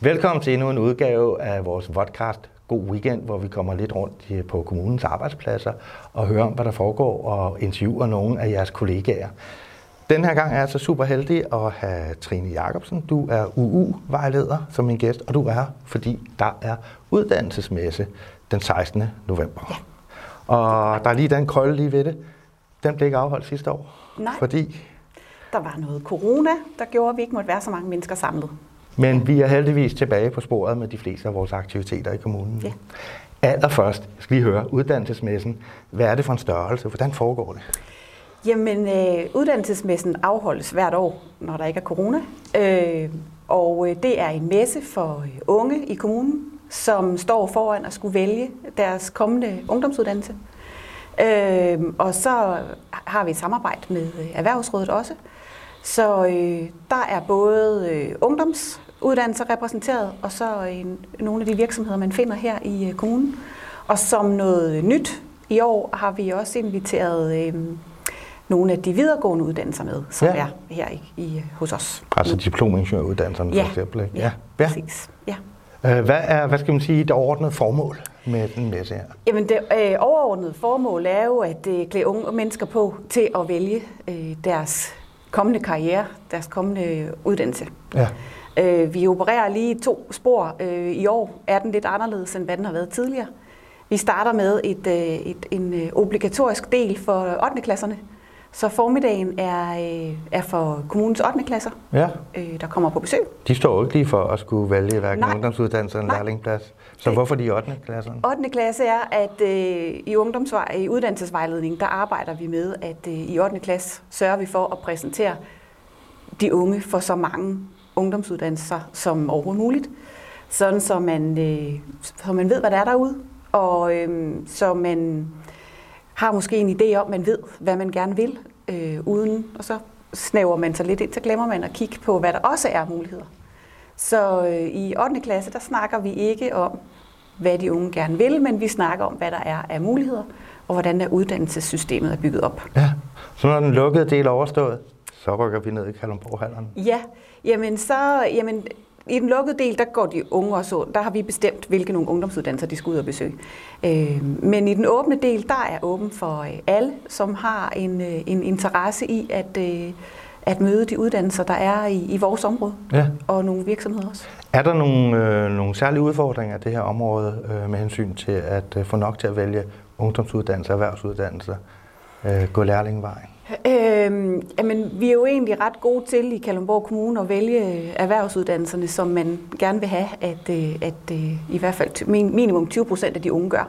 Velkommen til endnu en udgave af vores podcast God Weekend, hvor vi kommer lidt rundt på kommunens arbejdspladser og hører om, hvad der foregår og interviewer nogle af jeres kollegaer. Den her gang er jeg så super heldig at have Trine Jacobsen. Du er UU-vejleder som min gæst, og du er her, fordi der er uddannelsesmesse den 16. november. Ja. Og der er lige den krølle lige ved det. Den blev ikke afholdt sidste år. Nej. Fordi der var noget corona, der gjorde, at vi ikke måtte være så mange mennesker samlet. Men vi er heldigvis tilbage på sporet med de fleste af vores aktiviteter i kommunen. Ja. Allerførst skal vi høre uddannelsesmessen. Hvad er det for en størrelse? Hvordan foregår det? Jamen, uddannelsesmessen afholdes hvert år, når der ikke er corona. Og det er en messe for unge i kommunen, som står foran at skulle vælge deres kommende ungdomsuddannelse. Og så har vi et samarbejde med Erhvervsrådet også. Så der er både ungdomsuddannelser repræsenteret, og så nogle af de virksomheder, man finder her i kommunen. Og som noget nyt i år har vi også inviteret nogle af de videregående uddannelser med, som er her hos os. Altså diplomingeniøruddannelserne for eksempel? Ja, præcis. Ja. Hvad skal man sige, det overordnede formål med den messe her? Jamen det overordnede formål er jo at klæde unge mennesker på til at vælge deres kommende karriere, deres kommende uddannelse. Ja. Vi opererer lige 2 spor. I år er den lidt anderledes, end hvad den har været tidligere. Vi starter med en obligatorisk del for 8. klasserne. Så formiddagen er for kommunens 8. klasser, der kommer på besøg. De står jo ikke lige for at skulle vælge hverken ungdomsuddannelse eller lærlingplads. Så hvorfor de 8. klasserne? 8. klasse er, at i uddannelsesvejledning, der arbejder vi med, at i 8. klasse sørger vi for at præsentere de unge for så mange ungdomsuddannelser som overhovedet muligt. Sådan så man ved, hvad der er derude, og så man har måske en idé om, man ved, hvad man gerne vil, uden, og så snæver man sig lidt ind, så glemmer man at kigge på, hvad der også er muligheder. Så i 8. klasse, der snakker vi ikke om, hvad de unge gerne vil, men vi snakker om, hvad der er af muligheder, og hvordan der uddannelsessystemet er bygget op. Ja, så når den lukkede del overstået, så rykker vi ned i Kalundborg-hallerne. Ja, jamen i den lukkede del, der går de unge også, der har vi bestemt, hvilke nogle ungdomsuddannelser de skal ud og besøge. Men i den åbne del, der er åben for alle, som har en interesse i at møde de uddannelser, der er i vores område, og nogle virksomheder også. Er der nogle særlige udfordringer af det her område med hensyn til at få nok til at vælge ungdomsuddannelser, erhvervsuddannelser, gå lærlingevejen? Jamen, vi er jo egentlig ret gode til i Kalundborg Kommune at vælge erhvervsuddannelserne, som man gerne vil have, at i hvert fald minimum 20% af de unge gør.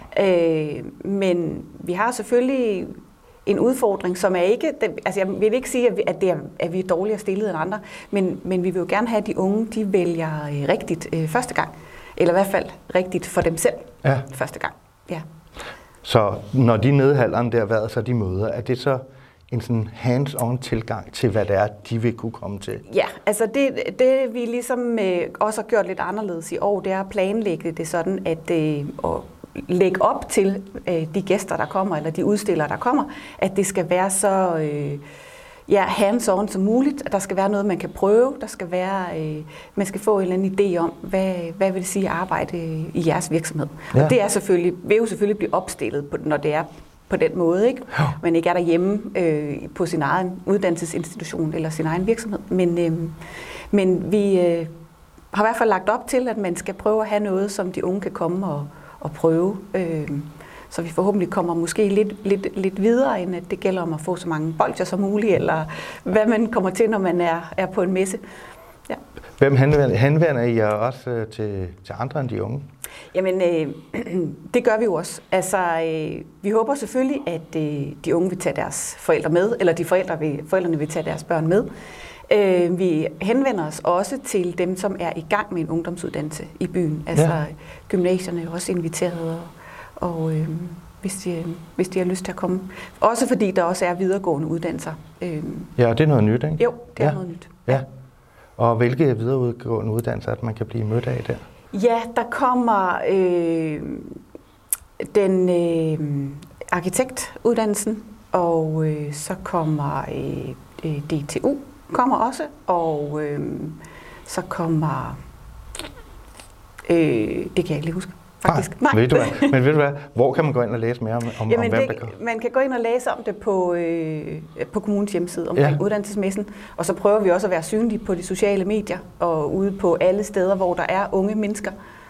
Men vi har selvfølgelig en udfordring, som er ikke, altså jeg vil ikke sige, at vi er dårligere stillet end andre, men vi vil jo gerne have, at de unge, de vælger rigtigt første gang, eller i hvert fald rigtigt for dem selv første gang. Ja. Så når de nedhalderne der været, så de møder, er det så en sådan hands-on tilgang til, hvad det er, de vil kunne komme til? Ja, altså det vi ligesom også har gjort lidt anderledes i år, det er at planlægge det sådan, at lægge op til de gæster, der kommer, eller de udstillere, der kommer, at det skal være så hands-on som muligt, at der skal være noget, man kan prøve, der skal være, man skal få en eller anden idé om, hvad vil det sige at arbejde i jeres virksomhed. Ja. Og det vil jo selvfølgelig blive opstillet, når det er på den måde, ikke? Ja. Man ikke er derhjemme på sin egen uddannelsesinstitution eller sin egen virksomhed. Men vi har i hvert fald lagt op til, at man skal prøve at have noget, som de unge kan komme og prøve. Så vi forhåbentlig kommer måske lidt videre, end at det gælder om at få så mange bolcher som muligt, eller hvad man kommer til, når man er på en messe. Ja. Hvem henvender I jer også til andre end de unge? Jamen, det gør vi jo også. Altså, vi håber selvfølgelig, at de unge vil tage deres forældre med, eller forældrene vil tage deres børn med. Vi henvender os også til dem, som er i gang med en ungdomsuddannelse i byen. Altså, gymnasierne er også inviteret, og hvis de har lyst til at komme. Også fordi der også er videregående uddannelser. Ja, det er noget nyt, ikke? Jo, det er noget nyt. Ja. Og hvilke videregående uddannelser at man kan blive mødt af der? Ja, der kommer den arkitektuddannelsen, og så kommer DTU kommer også, og så kommer Det kan jeg ikke lige huske. Faktisk. Nej. Ved du hvad? Men ved du hvad? Hvor kan man gå ind og læse mere om hvem der går? Man kan gå ind og læse om det på kommunens hjemmeside omkring uddannelsesmessen. Og så prøver vi også at være synlige på de sociale medier og ude på alle steder, hvor der er unge mennesker.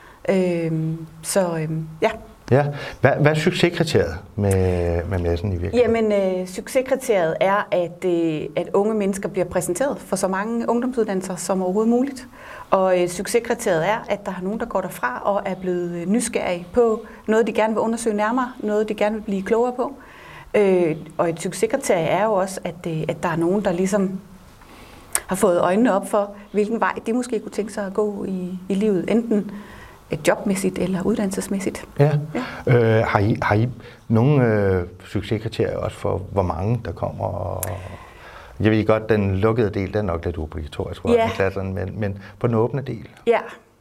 Ja. Ja. Hvad er succeskriteriet med messen i virkeligheden? Jamen, succeskriteriet er, at unge mennesker bliver præsenteret for så mange ungdomsuddannelser som overhovedet muligt. Og succeskriteriet er, at der er nogen, der går derfra og er blevet nysgerrige på noget, de gerne vil undersøge nærmere, noget, de gerne vil blive klogere på. Og et succeskriterie er jo også, at der er nogen, der ligesom har fået øjnene op for, hvilken vej de måske kunne tænke sig at gå i livet, enten jobmæssigt eller uddannelsesmæssigt. Ja. Har I nogle succeskriterier også for, hvor mange der kommer? Og jeg ved godt, den lukkede del, den er nok lidt obligatorisk i klasserne, men på den åbne del? Ja.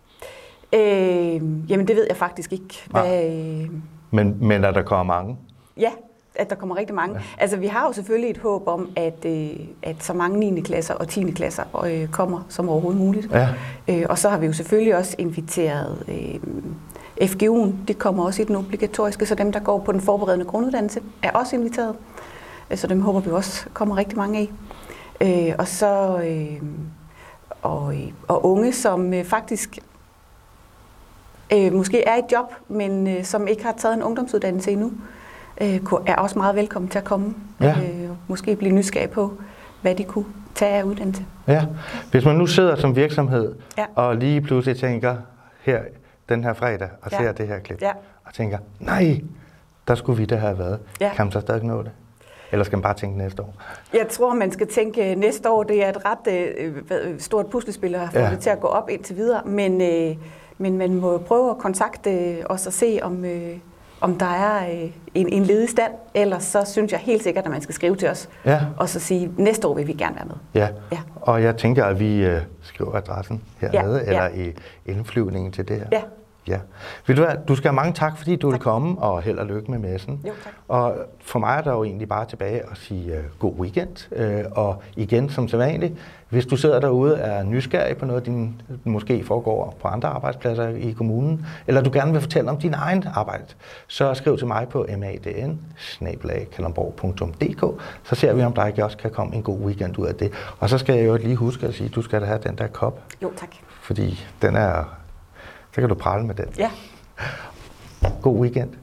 Jamen, det ved jeg faktisk ikke. Men er der kommer mange? Ja, at der kommer rigtig mange. Ja. Altså, vi har jo selvfølgelig et håb om, at så mange 9. klasser og 10. klasser kommer som overhovedet muligt. Ja. Og så har vi jo selvfølgelig også inviteret FGU'en. De kommer også i den obligatoriske, så dem, der går på den forberedende grunduddannelse, er også inviteret. Så dem håber vi også kommer rigtig mange af. Og så og unge, som faktisk måske er i job, men som ikke har taget en ungdomsuddannelse endnu, er også meget velkommen til at komme. Ja. Måske blive nysgerrig på, hvad de kunne tage af uddannelse. Ja. Hvis man nu sidder som virksomhed, og lige pludselig tænker, her den her fredag, og ser det her klip, og tænker, nej, der skulle vi da have været. Kan man så stadig nå det? Eller skal man bare tænke næste år? Jeg tror, man skal tænke næste år. Det er et ret stort puslespil at få det til at gå op indtil videre. Men man må prøve at kontakte os og se, om der er en ledig stand. Ellers så synes jeg helt sikkert, at man skal skrive til os. Og så sige, næste år vil vi gerne være med. Ja. Og jeg tænker, at vi skriver adressen hernede, eller i indflyvningen til det her. Ja. Ja. Vil du, du skal have mange tak, fordi du vil komme, og held og lykke med messen. Jo, tak. Og for mig er der jo egentlig bare tilbage at sige god weekend. Og igen, som sædvanligt, hvis du sidder derude og er nysgerrig på noget, din måske foregår på andre arbejdspladser i kommunen, eller du gerne vil fortælle om din egen arbejde, så skriv til mig på madn@kalundborg.dk, så ser vi, om der ikke også kan komme en god weekend ud af det. Og så skal jeg jo lige huske at sige, at du skal da have den der kop. Jo, tak. Fordi den er... Så kan du prale med den. Ja. God weekend.